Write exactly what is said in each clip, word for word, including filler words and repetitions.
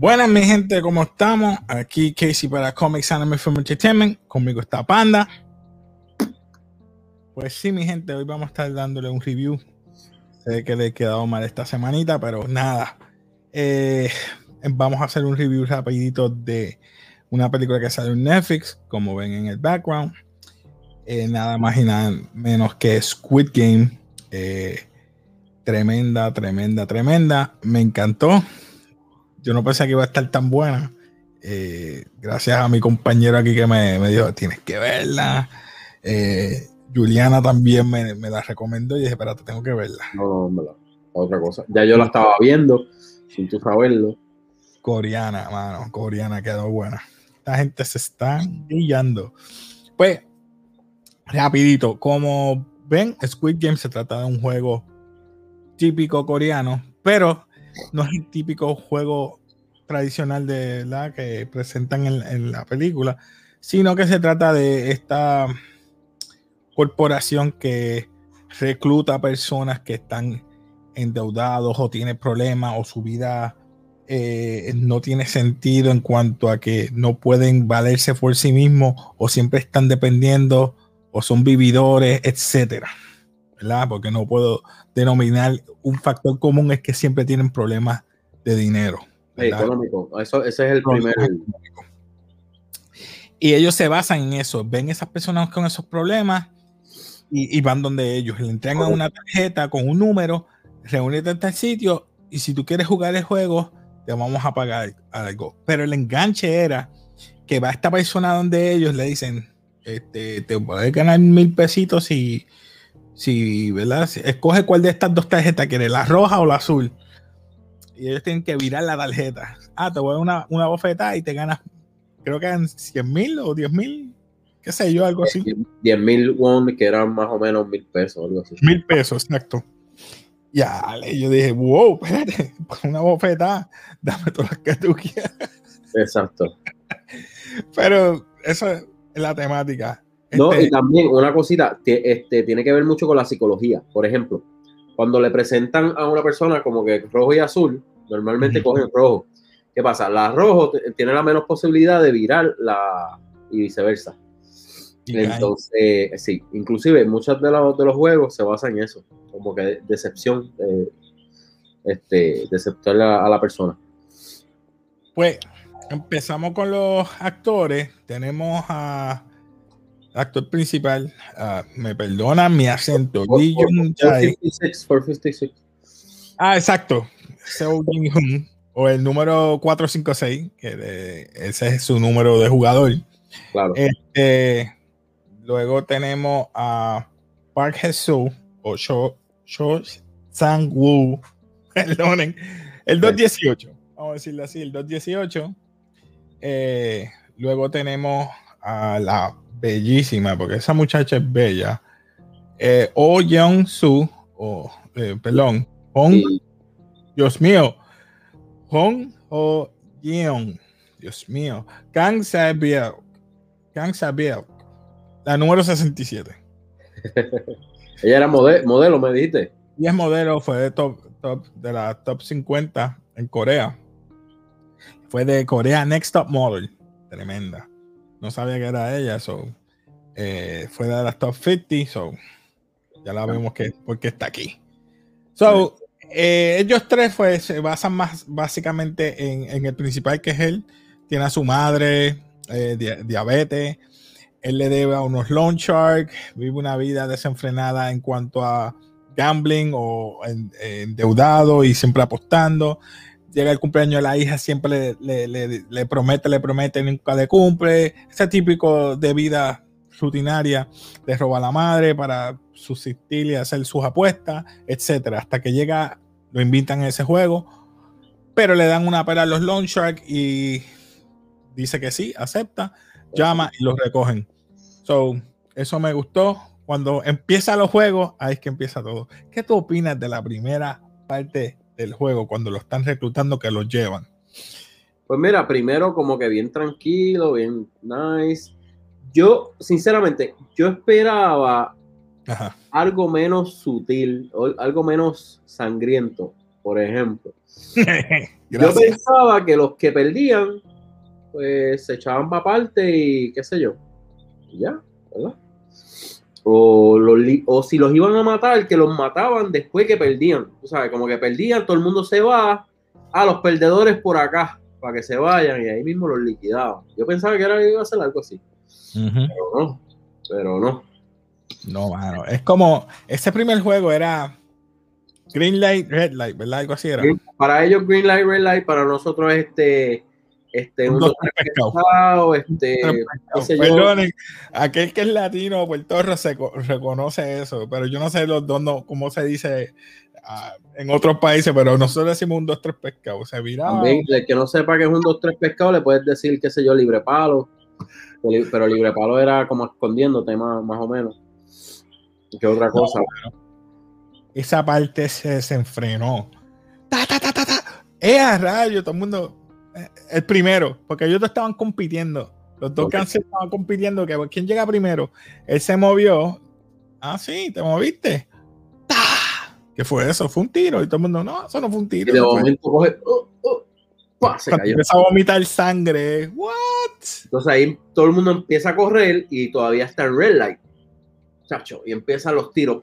Buenas mi gente, ¿cómo estamos? Aquí Casey para Comics Anime Film Entertainment. Conmigo está Panda. Pues sí, mi gente, hoy vamos a estar dándole un review. Sé que le he quedado mal esta semanita, pero nada. Eh, vamos a hacer un review rapidito de una película que sale en Netflix, como ven en el background. Eh, nada más y nada menos que Squid Game. Eh, tremenda, tremenda, tremenda. Me encantó. Yo no pensé que iba a estar tan buena. Eh, gracias a mi compañero aquí que me, me dijo, tienes que verla. Eh, Juliana también me, me la recomendó y dije, espérate, tengo que verla. No, no, no, otra cosa. Ya yo la estaba viendo, sin tú saberlo. Coreana, mano, coreana, quedó buena. La gente se está guillando. Pues, rapidito, como ven, Squid Game se trata de un juego típico coreano, pero no es el típico juego tradicional de la que presentan en, en la película, sino que se trata de esta corporación que recluta a personas que están endeudados o tienen problemas o su vida eh, no tiene sentido en cuanto a que no pueden valerse por sí mismos o siempre están dependiendo o son vividores, etcétera, ¿verdad? Porque no puedo denominar un factor común, es que siempre tienen problemas de dinero, ¿verdad? Económico, eso, ese es el primer. Y ellos se basan en eso, ven esas personas con esos problemas y, y van donde ellos, le entregan una tarjeta con un número, reúnete en tal sitio y si tú quieres jugar el juego, te vamos a pagar algo. Pero el enganche era que va esta persona donde ellos le dicen, este, te puedes ganar mil pesitos si, si, ¿verdad? Si, escoge cuál de estas dos tarjetas quieres, la roja o la azul. Y ellos tienen que virar la tarjeta. Ah, te voy a dar una, una bofetada y te ganas, creo que eran cien mil o diez mil, qué sé yo, algo así. diez mil won, que eran más o menos mil pesos, algo así. Mil pesos, exacto. Ya, yo dije, wow, espérate, una bofetada, dame todas las que tú quieras. Exacto. Pero eso es la temática. No, este, y también una cosita, este, tiene que ver mucho con la psicología. Por ejemplo, cuando le presentan a una persona como que rojo y azul, normalmente uh-huh. cogen rojo. ¿Qué pasa? La rojo tiene la menos posibilidad de virar la, y viceversa. Y entonces, cae. Sí, inclusive muchos de los, de los juegos se basan en eso, como que decepción, eh, este, deceptar a, a la persona. Pues empezamos con los actores. Tenemos a actor principal, uh, me perdona mi acento, Lee Jung Jae. cuatrocientos cincuenta y seis. Ah, exacto. Seo Jin-hun, o el número cuatrocientos cincuenta y seis, que de, ese es su número de jugador. Claro. Este, luego tenemos a Park Hae-soo o Cho, Cho Sang-woo, perdonen, el dos dieciocho, vamos a decirlo así, el dos dieciocho. Eh, luego tenemos a la bellísima, porque esa muchacha es bella, eh, Oh Yeon-soo, o eh, perdón, Hong, sí. Dios mío, Hong Oh Yeon, Dios mío, Kang Sa-biel, Kang Sa-biel, la número sesenta y siete. Ella era modelo, modelo, me dijiste. Y es modelo, fue de top, top de la top cincuenta en Corea. Fue de Corea Next Top Model. Tremenda. No sabía que era ella, so, eh, fue de las top cincuenta, so, ya la vemos que porque está aquí. So, eh, ellos tres pues, se basan más básicamente en, en el principal, que es él. Tiene a su madre, eh, di- diabetes. Él le debe a unos loan sharks, vive una vida desenfrenada en cuanto a gambling o en, endeudado y siempre apostando. Llega el cumpleaños de la hija, siempre le, le, le, le promete, le promete, nunca le cumple. Ese típico de vida rutinaria, le roba a la madre para subsistir y hacer sus apuestas, etcétera. Hasta que llega, lo invitan a ese juego, pero le dan una pera a los loan sharks y dice que sí, acepta, llama y los recogen. So, eso me gustó. Cuando empiezan los juegos, ahí es que empieza todo. ¿Qué tú opinas de la primera parte del juego, cuando lo están reclutando, que los llevan? Pues mira, primero como que bien tranquilo, bien nice. Yo, sinceramente, yo esperaba Ajá. algo menos sutil, algo menos sangriento, por ejemplo. Yo pensaba que los que perdían, pues se echaban para parte y qué sé yo. Y ya, ¿verdad? O, los, o si los iban a matar, que los mataban después que perdían. Tú sabes, como que perdían, todo el mundo se va, a los perdedores por acá, para que se vayan y ahí mismo los liquidaban. Yo pensaba que era, iba a ser algo así. Uh-huh. Pero no, pero no. No, mano. Es como, ese primer juego era Green Light, Red Light, ¿verdad? Algo así era. Para ellos Green Light, Red Light, para nosotros este, este, un, un dos, tres pescado, este, Perdonen, aquel que es latino, Puerto Rico se reconoce eso, pero yo no sé los dos, no, cómo se dice uh, en otros países, pero nosotros decimos un dos, tres pescado. Se viraba. También, el que no sepa que es un dos, tres pescado, le puedes decir, qué sé yo, libre palo, pero libre palo era como escondiéndote más, más o menos. Que otra cosa. No, bueno. Esa parte se desenfrenó. Ta, ta, ta, ta, ta. ¡Eh, a rayo! Todo el mundo. Eh, el primero, porque ellos estaban compitiendo. Los dos okay. Cancers estaban compitiendo. Que ¿quién llega primero? Él se movió. Ah, sí, te moviste. ¡Ta! ¿Qué fue eso? Fue un tiro. Y todo el mundo, no, eso no fue un tiro. Y de momento coge. Oh, oh, ¡pah! Se cayó. Empieza a vomitar sangre. ¿What? Entonces ahí todo el mundo empieza a correr y todavía está en red light. Chacho, y empiezan los tiros.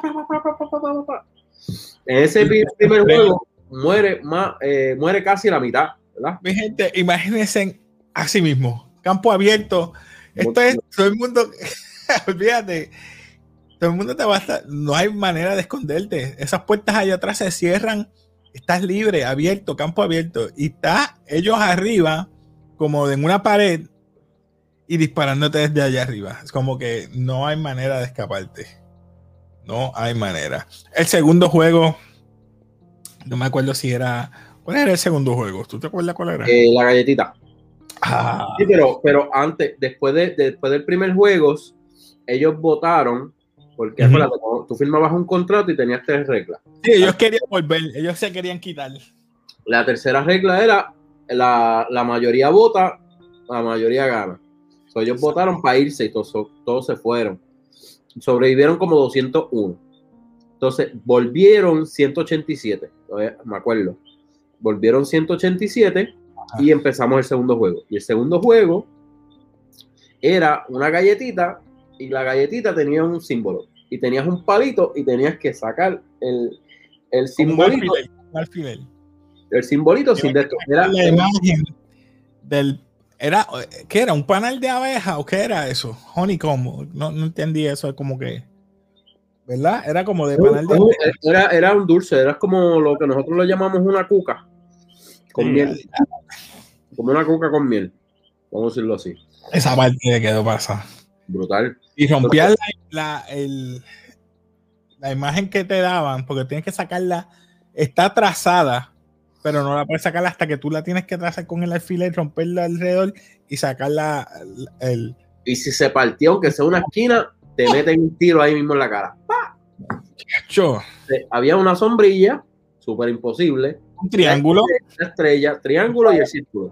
En ese primer juego muere, más, eh, muere casi la mitad, ¿verdad? Mi gente, imagínense así mismo, campo abierto. Esto es todo el mundo, olvídate, todo el mundo te va a estar, no hay manera de esconderte. Esas puertas allá atrás se cierran, estás libre, abierto, campo abierto, y está ellos arriba, como en una pared, y disparándote desde allá arriba. Es como que no hay manera de escaparte. No hay manera. El segundo juego, no me acuerdo si era... ¿Cuál era el segundo juego? ¿Tú te acuerdas cuál era? Eh, la galletita. Ah. Sí, pero, pero antes, después, de, después del primer juego, ellos votaron, porque uh-huh. acuérdate, tú firmabas un contrato y tenías tres reglas. Sí, ellos querían volver, ellos se querían quitar. La tercera regla era, la, la mayoría vota, la mayoría gana. So, ellos votaron para irse y todos, todos se fueron. Sobrevivieron como doscientos uno. Entonces, volvieron ciento ochenta y siete. Me acuerdo. Volvieron ciento ochenta y siete Ajá. Y empezamos el segundo juego. Y el segundo juego era una galletita y la galletita tenía un símbolo. Y tenías un palito y tenías que sacar el, el simbolito. Un alfiler. El simbolito sin de esto. Era la imagen del... Era, ¿qué era? ¿Un panal de abeja o qué era eso? Honeycomb. No, no entendí eso, como que, ¿verdad? Era como de panal de abeja. Era, era un dulce, era como lo que nosotros le llamamos una cuca con sí, miel. Ya. Como una cuca con miel, vamos a decirlo así. Esa parte le quedó pasar. Brutal. Y rompía la, la, el, la imagen que te daban, porque tienes que sacarla, está trazada, pero no la puedes sacar hasta que tú la tienes que trazar con el alfiler, romperla alrededor y sacarla el... Y si se partió, aunque sea una esquina, te oh. meten un tiro ahí mismo en la cara. ¡Pah! Yo. Había una sombrilla, súper imposible. Un triángulo. Una estrella, triángulo y el círculo.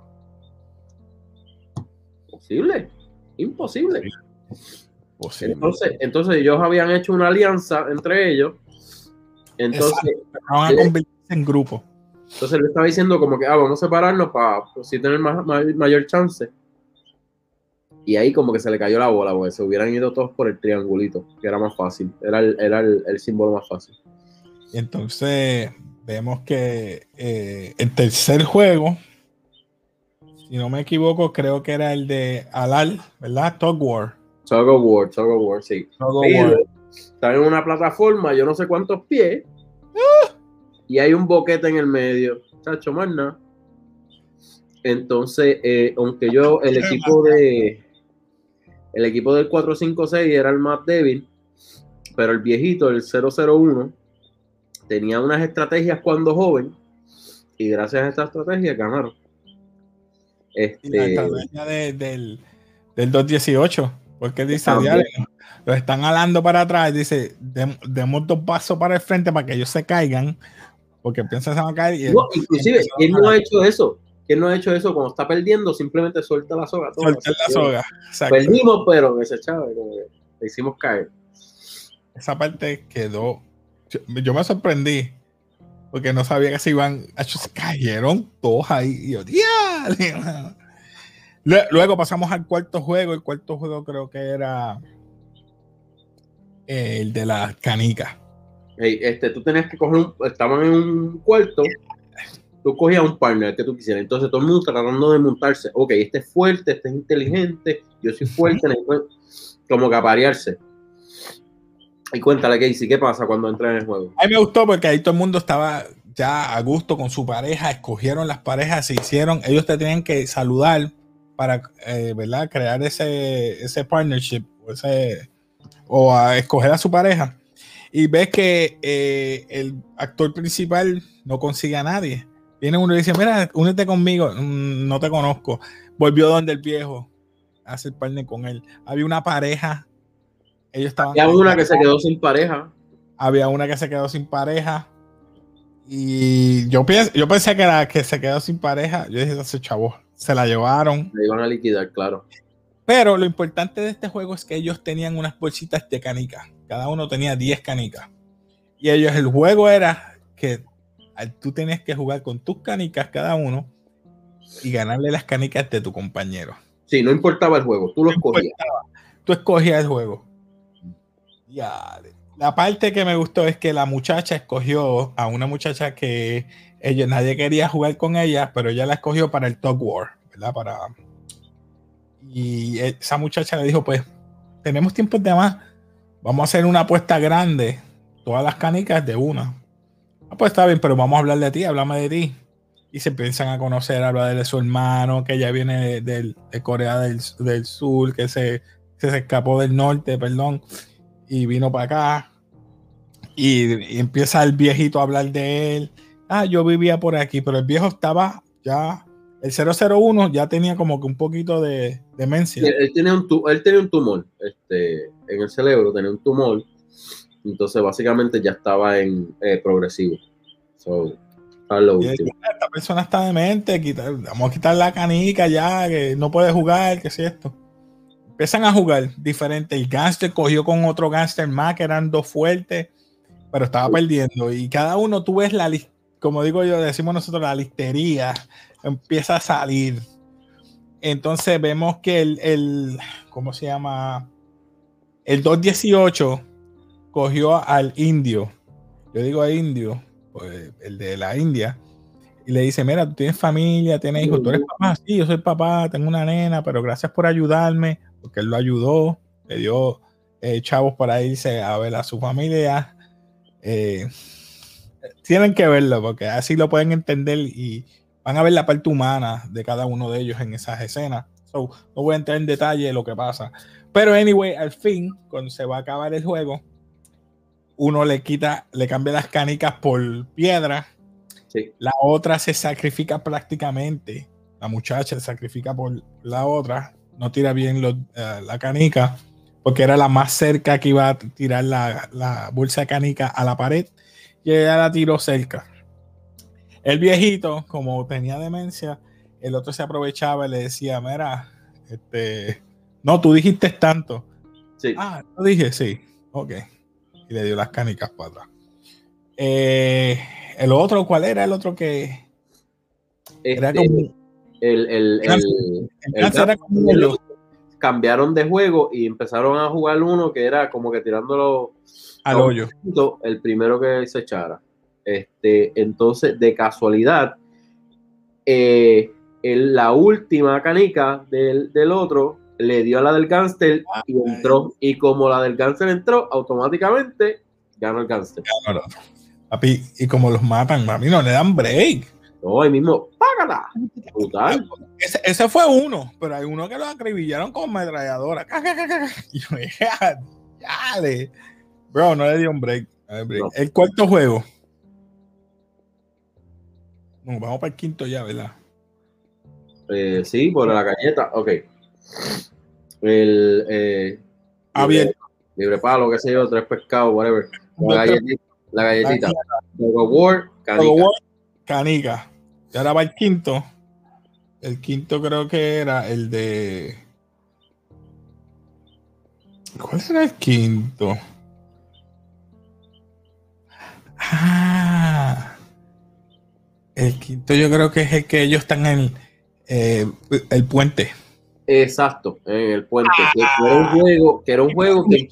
Posible. Imposible. Posible. Entonces, entonces ellos habían hecho una alianza entre ellos. Entonces... Van a convertirse en grupo. Entonces le estaba diciendo como que ah, vamos a separarnos para así tener más, más, mayor chance. Y ahí como que se le cayó la bola, porque se hubieran ido todos por el triangulito, que era más fácil. Era el, era el, el símbolo más fácil. Y entonces vemos que eh, el tercer juego, si no me equivoco, creo que era el de Alal, ¿verdad? Tug War. Tug of War, Tug of War, sí. Tug of War. Está en una plataforma, yo no sé cuántos pies. ¡Ah! Y hay un boquete en el medio, chacho, más nada. Entonces, eh, aunque yo, el equipo de el equipo del cuatro cinco seis era el más débil, pero el viejito, el cero cero uno, tenía unas estrategias cuando joven, y gracias a esta estrategia ganaron. Este, la estrategia de, del, del dos dieciocho, porque dice, los están alando para atrás, dice, demos dos pasos para el frente para que ellos se caigan, porque piensan que se van a caer. Y no, el, inclusive, ¿quién no ha hecho eso? ¿Quién no ha hecho eso? Cuando está perdiendo, simplemente suelta la soga. Todo, suelta la soga. Exacto. Perdimos, pero ese chavo, le hicimos caer. Esa parte quedó. Yo, yo me sorprendí. porque no sabía que se iban, hecho, se cayeron todos ahí. Y yo, ¡diale! Luego pasamos al cuarto juego. El cuarto juego creo que era el de las canicas. Hey, este, tú tenías que coger un, estaban en un cuarto, tú cogías un partner que tú quisieras, entonces todo el mundo tratando de montarse, ok, este es fuerte, este es inteligente, yo soy fuerte, uh-huh. Como que aparearse. Y cuéntale, Casey, ¿qué pasa cuando entra en el juego? A mí me gustó porque ahí todo el mundo estaba ya a gusto con su pareja, escogieron las parejas, se hicieron, ellos te tenían que saludar para, eh, ¿verdad? Crear ese, ese partnership, o, ese, o a escoger a su pareja. Y ves que eh, el actor principal no consigue a nadie. Viene uno y dice, mira, únete conmigo, no te conozco. Volvió donde el viejo a hacer partner con él. Había una pareja. Ellos estaban había una que se quedó sin pareja. Había una que se quedó sin pareja. Y yo, pienso, yo pensé que la que se quedó sin pareja, yo dije, ese chavo, se la llevaron. La iban a liquidar, claro. Pero lo importante de este juego es que ellos tenían unas bolsitas de canicas. Cada uno tenía diez canicas. Y ellos, el juego era que tú tenías que jugar con tus canicas cada uno y ganarle las canicas de tu compañero. Sí, no importaba el juego, tú lo escogías. Tú escogías el juego. Ya. La parte que me gustó es que la muchacha escogió a una muchacha que ella, nadie quería jugar con ella, pero ella la escogió para el Tug War, ¿verdad? Para... Y esa muchacha le dijo, pues, tenemos tiempo de más, vamos a hacer una apuesta grande, todas las canicas de una. Ah, pues está bien, pero vamos a hablar de ti, háblame de ti. Y se empiezan a conocer, a hablar de su hermano, que ya viene de, de, de Corea del, del Sur, que se, se escapó del norte, perdón, y vino para acá. Y, y empieza el viejito a hablar de él. Ah, yo vivía por aquí, pero el viejo estaba ya, el cero cero uno ya tenía como que un poquito de demencia. Él, él, tenía, un, él tenía un tumor este, en el cerebro, tenía un tumor. Entonces, básicamente ya estaba en eh, progresivo. So, a lo último. Esta persona está demente, quitar, vamos a quitar la canica ya, que no puede jugar, que es esto. Empiezan a jugar diferente. El gánster cogió con otro gánster más, que eran dos fuertes, pero estaba sí. perdiendo. Y cada uno, tú ves la, como digo yo, decimos nosotros, la listería empieza a salir. Entonces vemos que el, el ¿cómo se llama? El dos dieciocho cogió al indio. Yo digo a indio, pues, el de la India, y le dice, mira, tú tienes familia, tienes hijos, tú eres papá, sí, yo soy papá, tengo una nena, pero gracias por ayudarme, porque él lo ayudó, le dio eh, chavos para irse a ver a su familia. Eh, tienen que verlo, porque así lo pueden entender y van a ver la parte humana de cada uno de ellos en esas escenas. So, no voy a entrar en detalle de lo que pasa. Pero anyway, al fin, cuando se va a acabar el juego, uno le quita, le cambia las canicas por piedra. Sí. La otra se sacrifica prácticamente. La muchacha se sacrifica por la otra. No tira bien los, uh, la canica, porque era la más cerca que iba a tirar la, la bolsa de canica a la pared. Y ella la tiró cerca. El viejito, como tenía demencia, el otro se aprovechaba y le decía, mira, este, no, tú dijiste tanto. Sí. Ah, lo dije, sí. Ok. Y le dio las canicas para atrás. Eh, el otro, ¿cuál era el otro que este, era como el, el, el, el, el era como el, cambiaron de juego y empezaron a jugar uno que era como que tirándolo al hoyo, el primero que se echara. Este, entonces, de casualidad, eh, el, la última canica del, del otro le dio a la del gánster y entró. Y como la del gánster entró, automáticamente ganó el gánster. Ganó. Papi, y como los matan, mami, no le dan break. No, ahí mismo, ¡págala! Brutal. Ese, ese fue uno, pero hay uno que lo acribillaron con ametralladora. Y yo, ya, dale. Bro, no le dio un break. break. No. El cuarto juego. Bueno, vamos para el quinto ya, ¿verdad? Eh, sí, por la galleta, ok. El eh, libre, libre palo, qué sé yo, tres pescados, whatever. La galletita. La galletita. War, canica. War, canica. Y ahora va el quinto. El quinto creo que era el de. ¿Cuál era el quinto? Ah, El quinto yo creo que es el que ellos están en eh, el puente. Exacto, en el puente. Ah, que, que era un juego, que era un juego que...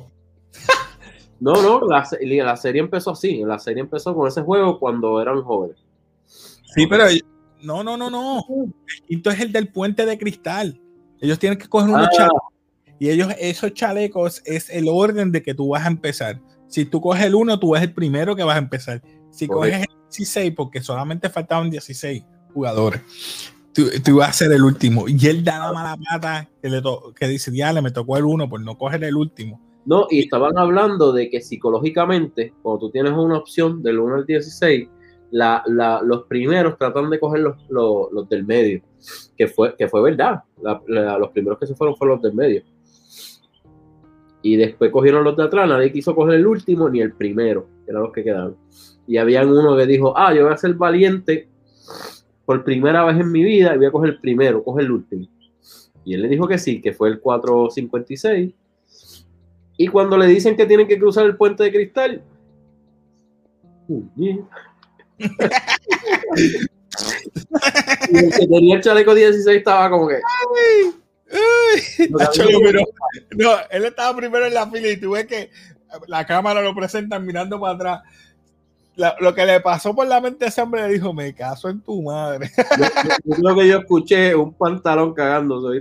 No, no, la, la serie empezó así. La serie empezó con ese juego cuando eran jóvenes. Sí, pero no, no, no, no. El quinto es el del puente de cristal. Ellos tienen que coger unos ah. chalecos. Y ellos, esos chalecos es el orden de que tú vas a empezar. Si tú coges el uno, tú eres el primero que vas a empezar. Si okay. coges el dieciséis, porque solamente faltaban dieciséis jugadores, tú, tú vas a ser el último. Y él da la mala pata que, le to que dice, ya le me tocó el uno por no coger el último. No, y estaban hablando de que psicológicamente, cuando tú tienes una opción del uno al dieciséis, la, la, los primeros tratan de coger los, los, los del medio, que fue, que fue verdad. La, la, los primeros que se fueron fueron los del medio. Y después cogieron los de atrás, nadie quiso coger el último ni el primero, que eran los que quedaron. Y habían uno que dijo, ah, yo voy a ser valiente por primera vez en mi vida y voy a coger el primero, coge el último. Y él le dijo que sí, que fue el cuatro cincuenta y seis. Y cuando le dicen que tienen que cruzar el puente de cristal, uh, yeah. Y el que tenía el chaleco dieciséis estaba como que... Ay, ay, no, pero, no, él estaba primero en la fila y tú ves que la cámara lo presentan mirando para atrás. La, lo que le pasó por la mente a ese hombre le dijo, me caso en tu madre. Yo, yo, lo que yo escuché, un pantalón cagándose.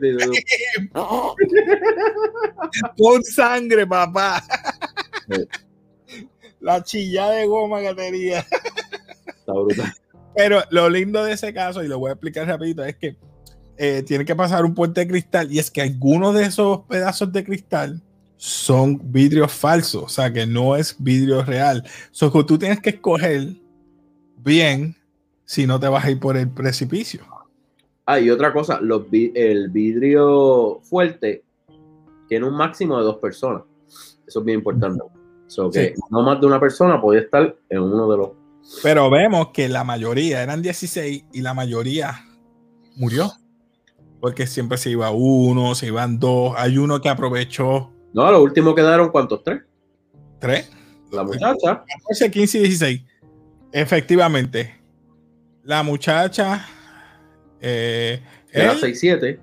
Con sangre, papá. Sí. La chilla de goma que tenía. Está brutal. Pero lo lindo de ese caso, y lo voy a explicar rapidito, es que eh, tiene que pasar un puente de cristal, y es que algunos de esos pedazos de cristal son vidrios falsos, o sea que no es vidrio real. So que tú tienes que escoger bien si no te vas a ir por el precipicio. Ah, y otra cosa, los, el vidrio fuerte tiene un máximo de dos personas. Eso es bien importante. So que sí. No más de una persona puede estar en uno de los... Pero vemos que la mayoría eran dieciséis y la mayoría murió. Porque siempre se iba uno, se iban dos. Hay uno que aprovechó. No, lo último quedaron, ¿cuántos? ¿Tres? ¿Tres? La muchacha. catorce, quince y dieciséis. Efectivamente. La muchacha. Eh, Era seis siete.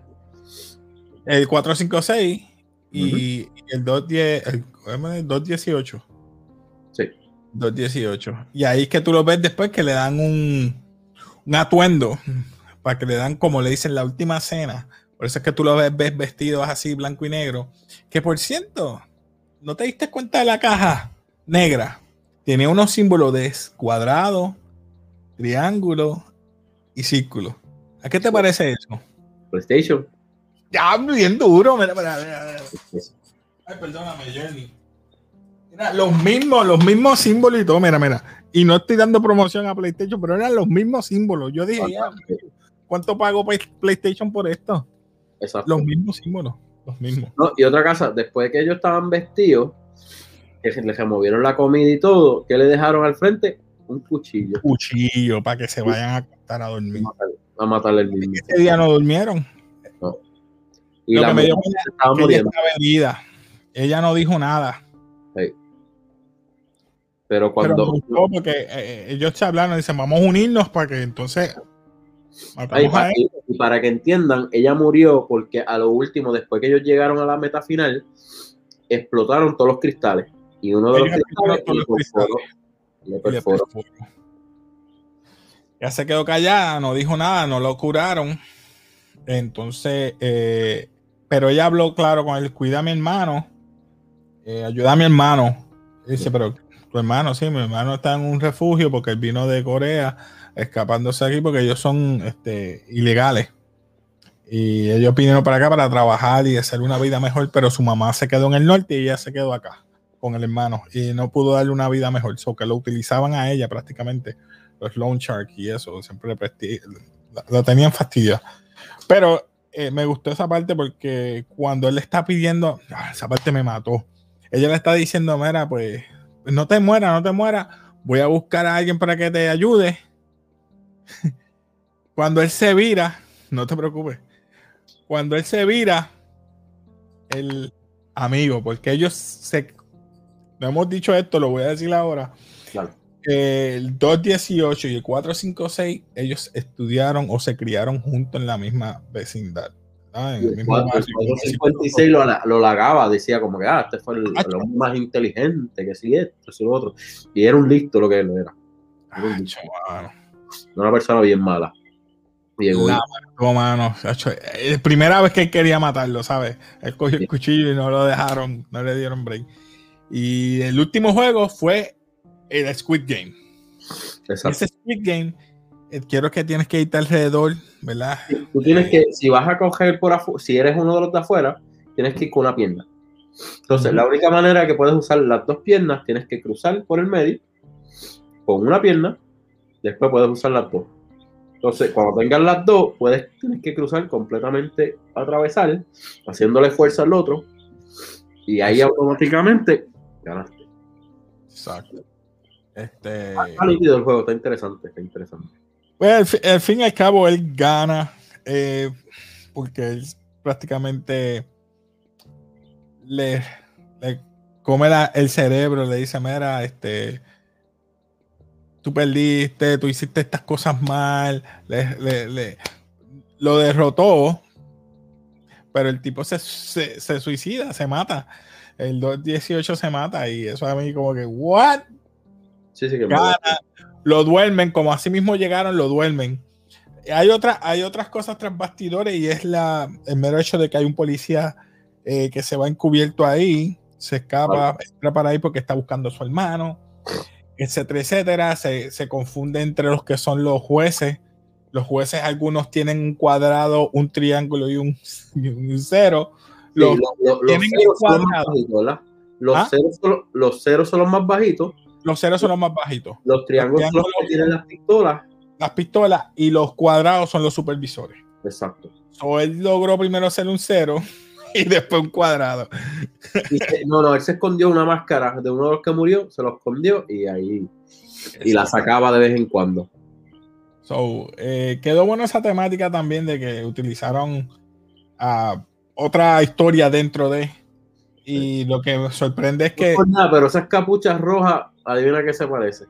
El cuatro cinco seis. Y uh-huh. el dos diez. El, el dos dieciocho. Sí. dos dieciocho. Y ahí es que tú lo ves después que le dan un, un atuendo. Para que le dan, como le dicen, la última cena. Por eso es que tú lo ves, ves vestidos así, blanco y negro. Que por cierto, ¿no te diste cuenta de la caja negra? Tiene unos símbolos de cuadrado, triángulo y círculo. ¿A qué te parece eso? PlayStation. Ya, bien duro. Mira, mira, mira, mira. Ay, perdóname, Jenny. Mira, los mismos, los mismos símbolos y todo, mira, mira. Y no estoy dando promoción a PlayStation, pero eran los mismos símbolos. Yo dije, ya, ¿cuánto pago PlayStation por esto? Exacto. Los mismos símbolos, los mismos. No, y otra cosa, después de que ellos estaban vestidos, que les removieron la comida y todo, ¿qué le dejaron al frente? Un cuchillo. Un cuchillo para que se vayan a acostar a dormir. A, matar, a matarle el niño. Ese día no durmieron. No. Y Lo la que me dio mujer estaba muriendo. Ella, bebida. Ella no dijo nada. Sí. Pero cuando... Pero me gustó porque eh, ellos se hablaron y dicen, vamos a unirnos para que entonces... Ay, para, y, y para que entiendan, ella murió porque a lo último, después que ellos llegaron a la meta final, explotaron todos los cristales. Y uno de los cristales, le perforó, le perforó. Ya se quedó callada, no dijo nada, no lo curaron. Entonces, eh, pero ella habló claro con él, cuida a mi hermano, eh, ayuda a mi hermano. Dice, pero tu hermano, sí, mi hermano está en un refugio porque él vino de Corea, escapándose aquí porque ellos son este, ilegales. Y ellos vinieron para acá para trabajar y hacer una vida mejor, pero su mamá se quedó en el norte y ella se quedó acá con el hermano y no pudo darle una vida mejor. So que lo utilizaban a ella prácticamente, los loan shark y eso, siempre lo tenían fastidio. Pero eh, me gustó esa parte porque cuando él le está pidiendo, ah, esa parte me mató. Ella le está diciendo, mira, pues no te mueras, no te mueras, voy a buscar a alguien para que te ayude. Cuando él se vira, no te preocupes, cuando él se vira, el amigo, porque ellos se, no hemos dicho esto, lo voy a decir ahora. Claro. eh, el dos dieciocho y el cuatro cinco seis, ellos estudiaron o se criaron juntos en la misma vecindad. ¿Ah? En el, el mismo barrio. cuatro cincuenta y seis lo, lo lagaba, decía como que, ah, este fue el, el hombre más inteligente, que sí esto, sí lo otro. Y era un listo lo que él era. Era un listo. Una persona bien mala. Bien la mató, mano. Es primera vez que él quería matarlo, ¿sabes? Él cogió el cuchillo y no lo dejaron, no le dieron break. Y el último juego fue el Squid Game. Exacto. Ese Squid Game, eh, quiero que tienes que irte alrededor, ¿verdad? Sí, tú tienes eh, que, si vas a coger por afuera, si eres uno de los de afuera, tienes que ir con una pierna. Entonces, uh-huh. la única manera que puedes usar las dos piernas, tienes que cruzar por el medio con una pierna, después puedes usar las dos. Entonces, cuando tengas las dos, puedes, tienes que cruzar completamente, atravesar, haciéndole fuerza al otro, y ahí Exacto. automáticamente ganaste. Exacto. Este... Está nítido el juego, está interesante, está interesante. Pues al, al fin y al cabo él gana, eh, porque él prácticamente le, le come la, el cerebro, le dice, mira, este... tú perdiste, tú hiciste estas cosas mal, le, le, le, lo derrotó, pero el tipo se, se, se suicida, se mata. El dos dieciocho se mata y eso a mí como que, ¿what? Sí, sí, que Gana, lo duermen, como así mismo llegaron, lo duermen. Hay, otra, hay otras cosas tras bastidores y es la, el mero hecho de que hay un policía eh, que se va encubierto ahí, se escapa, vale. entra para ahí porque está buscando a su hermano, etcétera, etcétera. Se, se confunde entre los que son los jueces. Los jueces, algunos tienen un cuadrado, un triángulo y un, y un cero. Los, sí, lo, lo, los, ceros son los, más bajitos, los, ¿Ah? ceros son, los ceros son los más bajitos. Los ceros son los más bajitos. Los triángulos, los triángulos son los que tienen las pistolas. Las pistolas y los cuadrados son los supervisores. Exacto. So, él logró primero hacer un cero y después un cuadrado. Y se, no, no, él se escondió una máscara de uno de los que murió, se lo escondió y ahí y la sacaba de vez en cuando. So, eh, quedó buena esa temática también de que utilizaron uh, otra historia dentro de. Y sí. Lo que me sorprende es que. No por nada, pero esas capuchas rojas, adivina qué se parece.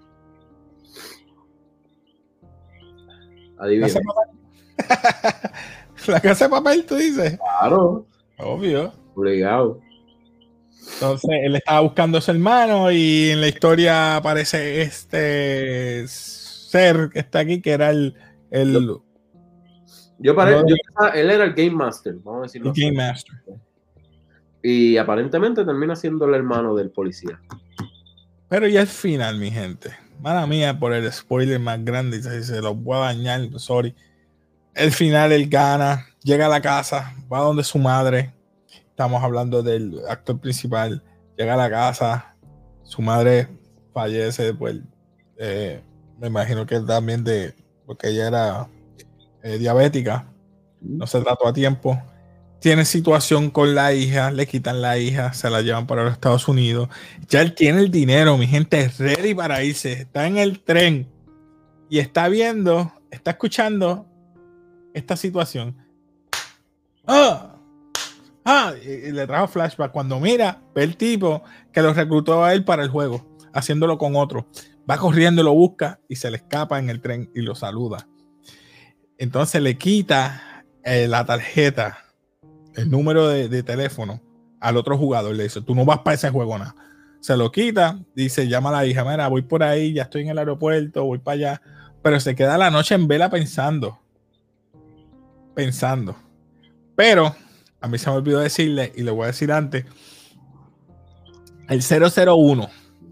Adivina. ¿La casa de papel? ¿La casa de papel, tú dices? Claro. Obvio. Obligado. Entonces, él estaba buscando a su hermano y en la historia aparece este ser que está aquí, que era el... el yo, yo paré, yo, él era el Game Master, vamos a decirlo el así. Game Master. Y aparentemente termina siendo el hermano del policía. Pero ya el final, mi gente. Mala mía por el spoiler más grande, si se lo voy a dañar, sorry. El final, él gana, llega a la casa, va donde su madre. Estamos hablando del actor principal. Llega a la casa, su madre fallece después. Eh, me imagino que también de, porque ella era eh, diabética, no se trató a tiempo. Tiene situación con la hija, le quitan la hija, se la llevan para los Estados Unidos. Ya él tiene el dinero, mi gente, es ready para irse. Está en el tren y está viendo, está escuchando esta situación. ¡Ah! Ah, y, y le trajo flashback. Cuando mira, ve el tipo que lo reclutó a él para el juego, haciéndolo con otro. Va corriendo, lo busca y se le escapa en el tren y lo saluda. Entonces le quita eh, la tarjeta, el número de, de teléfono al otro jugador. Le dice, tú no vas para ese juego nada. Se lo quita, dice, llama a la hija, mira, voy por ahí, ya estoy en el aeropuerto, voy para allá. Pero se queda la noche en vela pensando. Pensando. Pero a mí se me olvidó decirle, y le voy a decir antes, el cero cero uno.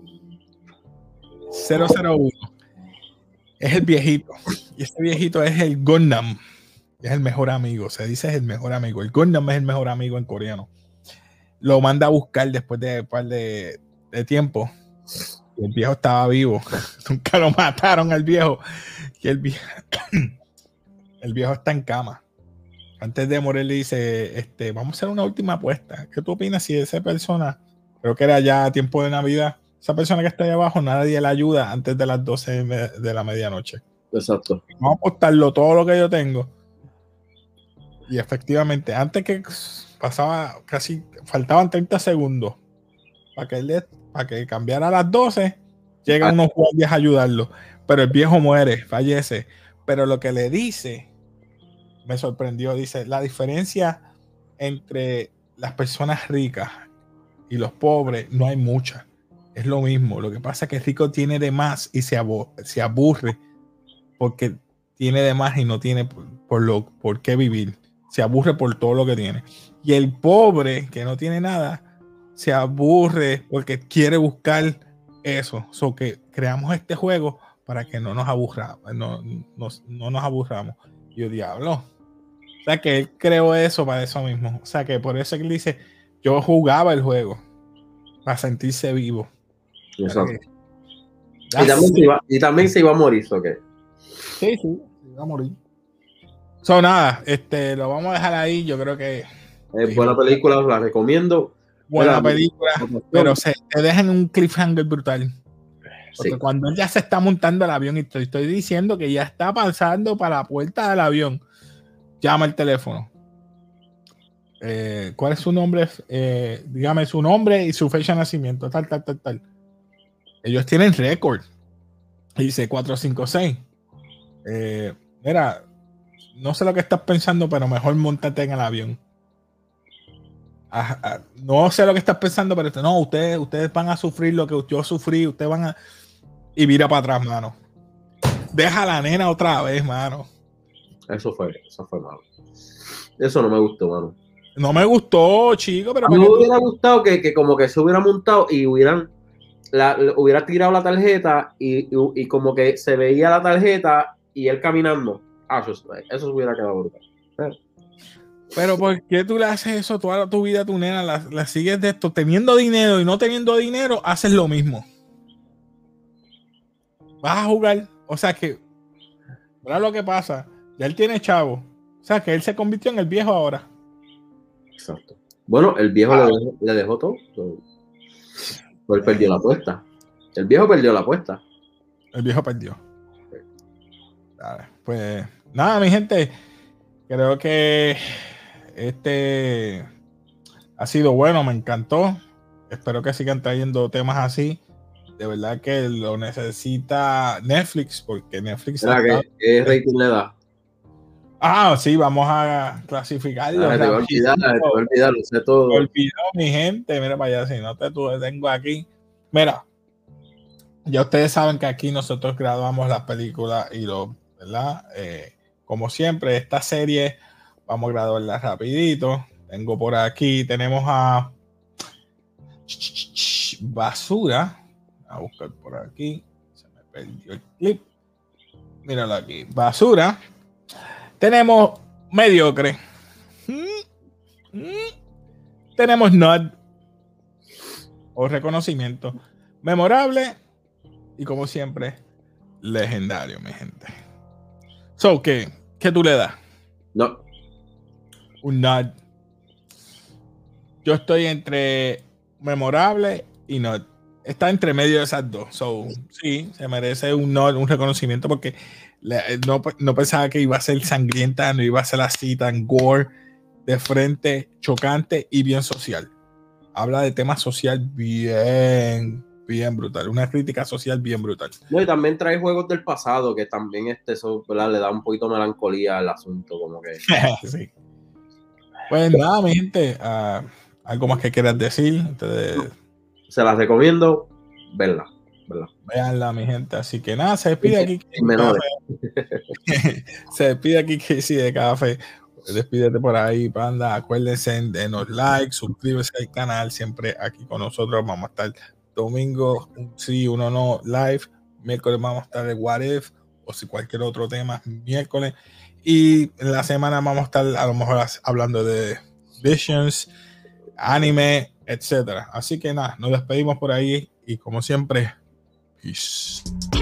cero cero uno es el viejito. Y ese viejito es el Gundam. Es el mejor amigo. Se dice es el mejor amigo. El Gundam es el mejor amigo en coreano. Lo manda a buscar después de un par de, de tiempo. Y el viejo estaba vivo. Nunca lo mataron al viejo. Y el viejo, el viejo está en cama. Antes de morir le dice, este, vamos a hacer una última apuesta. ¿Qué tú opinas si esa persona, creo que era ya tiempo de Navidad, esa persona que está ahí abajo, nadie la ayuda antes de las doce de la medianoche? Exacto. Vamos a apostarlo todo lo que yo tengo. Y efectivamente, antes que pasaba casi, faltaban treinta segundos para que, él, para que cambiara a las doce, Llegan unos guardias a ayudarlo, pero el viejo muere, fallece. Pero lo que le dice me sorprendió. Dice, la diferencia entre las personas ricas y los pobres no hay mucha. Es lo mismo. Lo que pasa es que el rico tiene de más y se, se aburre porque tiene de más y no tiene por, por, lo, por qué vivir. Se aburre por todo lo que tiene. Y el pobre que no tiene nada se aburre porque quiere buscar eso. So que creamos este juego para que no nos aburramos. No, no, no nos aburramos. Y yo, diablo. O sea que él creó eso para eso mismo. O sea que por eso él dice, yo jugaba el juego para sentirse vivo. Exacto. Y también, se iba, y también se iba a morir, ¿o qué? Sí, sí, se iba a morir. So, nada, este, lo vamos a dejar ahí. Yo creo que es buena película, os la recomiendo. Buena Mira, película, pero se te dejan un cliffhanger brutal. Porque sí. Cuando él ya se está montando el avión y te estoy diciendo que ya está pasando para la puerta del avión, llama el teléfono. Eh, ¿Cuál es su nombre? Eh, dígame su nombre y su fecha de nacimiento. Tal, tal, tal, tal. Ellos tienen récord. Dice cuatro cinco seis. Eh, mira, no sé lo que estás pensando, pero mejor montate en el avión. Ah, ah, no sé lo que estás pensando, pero no, ustedes, ustedes van a sufrir lo que yo sufrí. Ustedes van a. Y vira para atrás, mano. Deja a la nena otra vez, mano. Eso fue, eso fue malo. Eso no me gustó, mano. No me gustó, chico, pero. A mí me hubiera tú... gustado que, que como que se hubiera montado y hubieran. La, hubiera tirado la tarjeta y, y, y como que se veía la tarjeta y él caminando. Ah, eso, eso se hubiera quedado brutal. Pero, pero ¿por qué tú le haces eso toda tu vida a tu nena? La, la sigues de esto, teniendo dinero y no teniendo dinero, haces lo mismo. Vas a jugar. O sea que, ¿verdad lo que pasa? Ya él tiene chavo. O sea que él se convirtió en el viejo ahora. Exacto. Bueno, el viejo ah. le, dejó, le dejó todo. todo. Pues él perdió la apuesta. El viejo perdió la apuesta. El viejo perdió. Vale, pues nada, mi gente. Creo que este ha sido bueno, me encantó. Espero que sigan trayendo temas así. De verdad que lo necesita Netflix, porque Netflix. ¿Qué, ¿Qué rating le da? Ah, sí, vamos a clasificarlo. Ah, te voy a olvidar, te voy a olvidar, lo sé todo. Me olvidó, mi gente. Mira para allá, si no te tú, tengo aquí. Mira, ya ustedes saben que aquí nosotros grabamos las películas y lo, ¿verdad? Eh, como siempre, esta serie vamos a grabarla rapidito. Tengo por aquí, tenemos a Basura. A buscar por aquí. Se me perdió el clip. Míralo aquí. Basura. Tenemos Mediocre. Mm, mm. Tenemos Nod o Reconocimiento. Memorable y como siempre, legendario, mi gente. So, ¿qué? ¿Qué tú le das? No. Un Nod. Yo estoy entre Memorable y Nod. Está entre medio de esas dos. So, sí, se merece un Nod, un reconocimiento porque No, no pensaba que iba a ser sangrienta, no iba a ser así tan gore, de frente, chocante y bien social. Habla de tema social bien, bien brutal. Una crítica social bien brutal. No, y también trae juegos del pasado que también este, eso, ¿verdad? Le da un poquito de melancolía al asunto, como que. Sí. Pues nada, mi gente, uh, algo más que quieras decir. Entonces, se las recomiendo, verla. ¿verdad? Veanla, mi gente. Así que nada, se despide aquí. Se despide aquí Casey de Café. Despídete por ahí, panda. Acuérdense de denos like, suscríbete al canal. Siempre aquí con nosotros. Vamos a estar domingo, un sí, uno no, live. Miércoles vamos a estar de What If o si cualquier otro tema, miércoles. Y en la semana vamos a estar a lo mejor hablando de Visions, anime, etcétera. Así que nada, nos despedimos por ahí y como siempre, peace.